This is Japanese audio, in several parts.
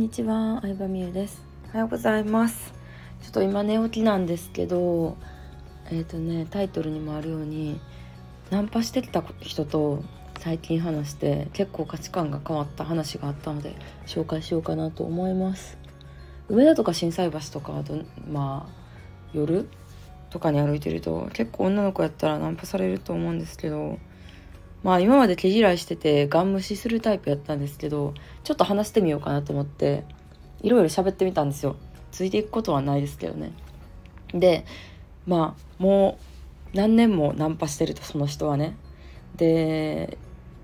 にちは、相葉美優です。おはようございます。ちょっと今寝起きなんですけど、タイトルにもあるようにナンパしてきた人と最近話して結構価値観が変わった話があったので紹介しようかなと思います。上田とか心斎橋とか夜とかに歩いてると結構女の子やったらナンパされると思うんですけど、今まで毛嫌いしててガン無視するタイプやったんですけど、ちょっと話してみようかなと思っていろいろ喋ってみたんですよ。ついていくことはないですけどね。でもう何年もナンパしてると、その人はね。で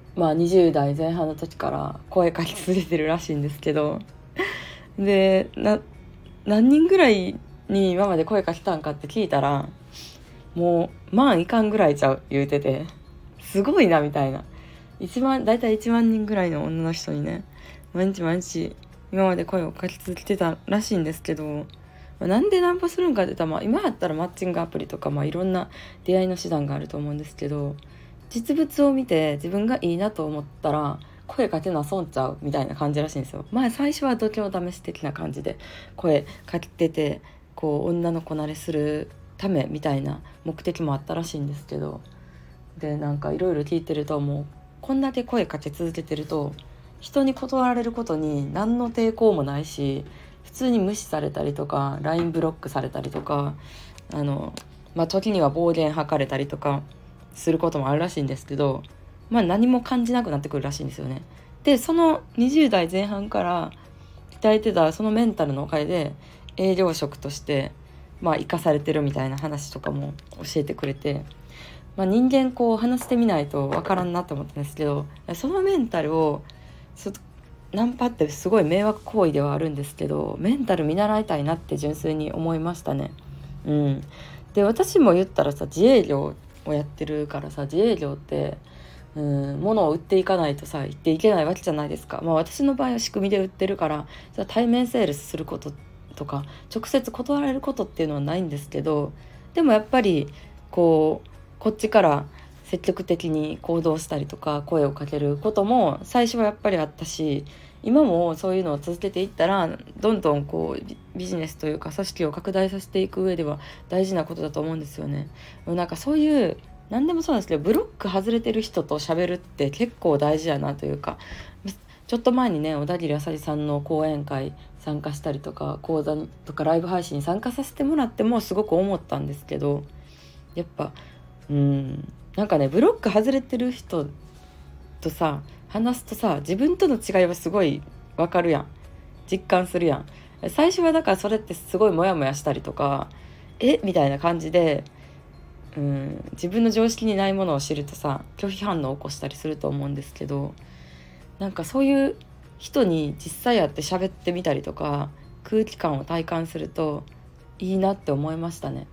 20代前半の時から声かけ続けてるらしいんですけど、で何人ぐらいに今まで声かけたんかって聞いたら、もう万いかんぐらいちゃう言うてて、すごいなみたいな。だいたい1万人ぐらいの女の人にね、毎日今まで声をかけ続けてたらしいんですけど、なんでナンパするんかって言ったら、今やったらマッチングアプリとかいろんな出会いの手段があると思うんですけど、実物を見て自分がいいなと思ったら声かけな損ちゃうみたいな感じらしいんですよ。最初は度胸試し的な感じで声かけてて、女の子慣れするためみたいな目的もあったらしいんですけど、でいろいろ聞いてると、もうこんだけ声かけ続けてると人に断られることに何の抵抗もないし、普通に無視されたりとか LINE ブロックされたりとか、時には暴言吐かれたりとかすることもあるらしいんですけど、何も感じなくなってくるらしいんですよね。でその20代前半から鍛えてたそのメンタルのおかげで営業職として生かされてるみたいな話とかも教えてくれて、人間話してみないとわからんなと思ったんですけど、そのメンタルをナンパってすごい迷惑行為ではあるんですけど、メンタル見習いたいなって純粋に思いましたね。で私も言ったらさ、自営業をやってるからさ、自営業って物を売っていかないとさ言っていけないわけじゃないですか。私の場合は仕組みで売ってるから、対面セールスすることとか直接断られることっていうのはないんですけど、でもやっぱりこっちから積極的に行動したりとか声をかけることも最初はやっぱりあったし、今もそういうのを続けていったらどんどんビジネスというか組織を拡大させていく上では大事なことだと思うんですよね。そういう何でもそうなんですけど、ブロック外れてる人と喋るって結構大事やなというか、ちょっと前にね、小田切あさりさんの講演会参加したりとか、講座とかライブ配信に参加させてもらってもすごく思ったんですけど、やっぱブロック外れてる人とさ話すとさ、自分との違いはすごいわかるやん、実感するやん。最初はだからそれってすごいモヤモヤしたりとかみたいな感じで、自分の常識にないものを知るとさ拒否反応を起こしたりすると思うんですけど、そういう人に実際会って喋ってみたりとか空気感を体感するといいなって思いましたね。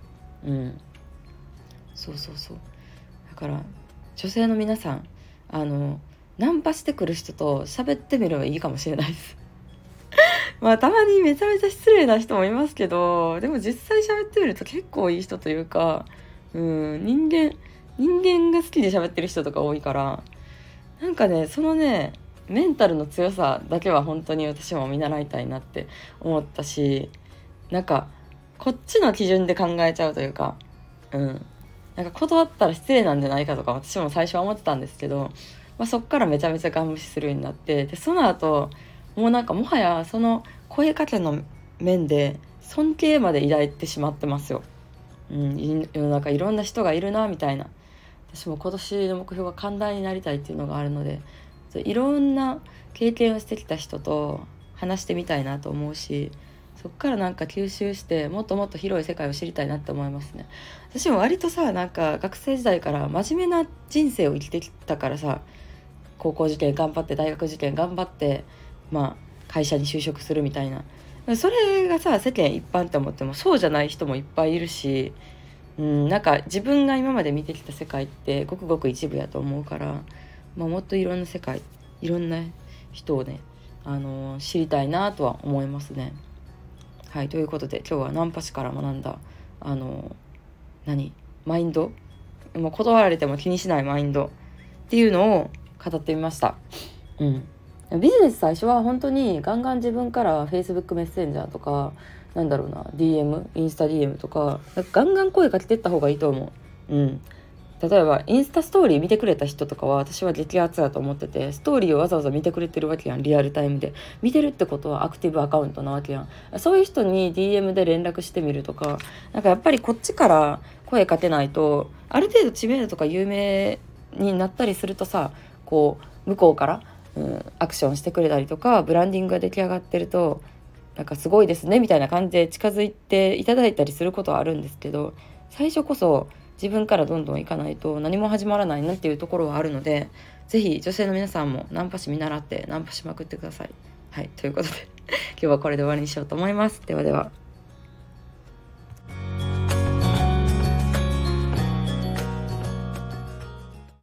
そうだから女性の皆さん、ナンパしてくる人と喋ってみればいいかもしれないですたまにめちゃめちゃ失礼な人もいますけど、でも実際喋ってみると結構いい人というか、人間が好きで喋ってる人とか多いから、そのねメンタルの強さだけは本当に私も見習いたいなって思ったし、こっちの基準で考えちゃうというか、断ったら失礼なんじゃないかとか私も最初は思ってたんですけど、そっからめちゃめちゃガン無視するようになって、でその後もはやその声かけの面で尊敬まで抱いてしまってますよ。世の中いろんな人がいるなみたいな。私も今年の目標は寛大になりたいっていうのがあるので、いろんな経験をしてきた人と話してみたいなと思うし、そっから吸収してもっともっと広い世界を知りたいなって思いますね。私も割とさ学生時代から真面目な人生を生きてきたからさ、高校受験頑張って大学受験頑張って会社に就職するみたいな、それがさ世間一般って思ってもそうじゃない人もいっぱいいるし、自分が今まで見てきた世界ってごくごく一部やと思うから、もっといろんな世界いろんな人をね知りたいなとは思いますね。はい、ということで今日はナンパ師から学んだマインド、もう断られても気にしないマインドっていうのを語ってみました。 ビジネス最初は本当にガンガン自分から Facebook メッセンジャーとかなんだろうな DM インスタ DM とかガンガン声かけてった方がいいと思う。例えばインスタストーリー見てくれた人とかは私は激アツだと思ってて、ストーリーをわざわざ見てくれてるわけやん。リアルタイムで見てるってことはアクティブアカウントなわけやん。そういう人に DM で連絡してみるとか、なんかやっぱりこっちから声かけないと、ある程度知名度とか有名になったりするとさ、こう向こうから、アクションしてくれたりとかブランディングが出来上がってるとなんかすごいですねみたいな感じで近づいていただいたりすることはあるんですけど、最初こそ自分からどんどん行かないと何も始まらないなっていうところはあるので、ぜひ女性の皆さんもナンパ師見習ってナンパしまくってください。はい、ということで今日はこれで終わりにしようと思います。ではでは。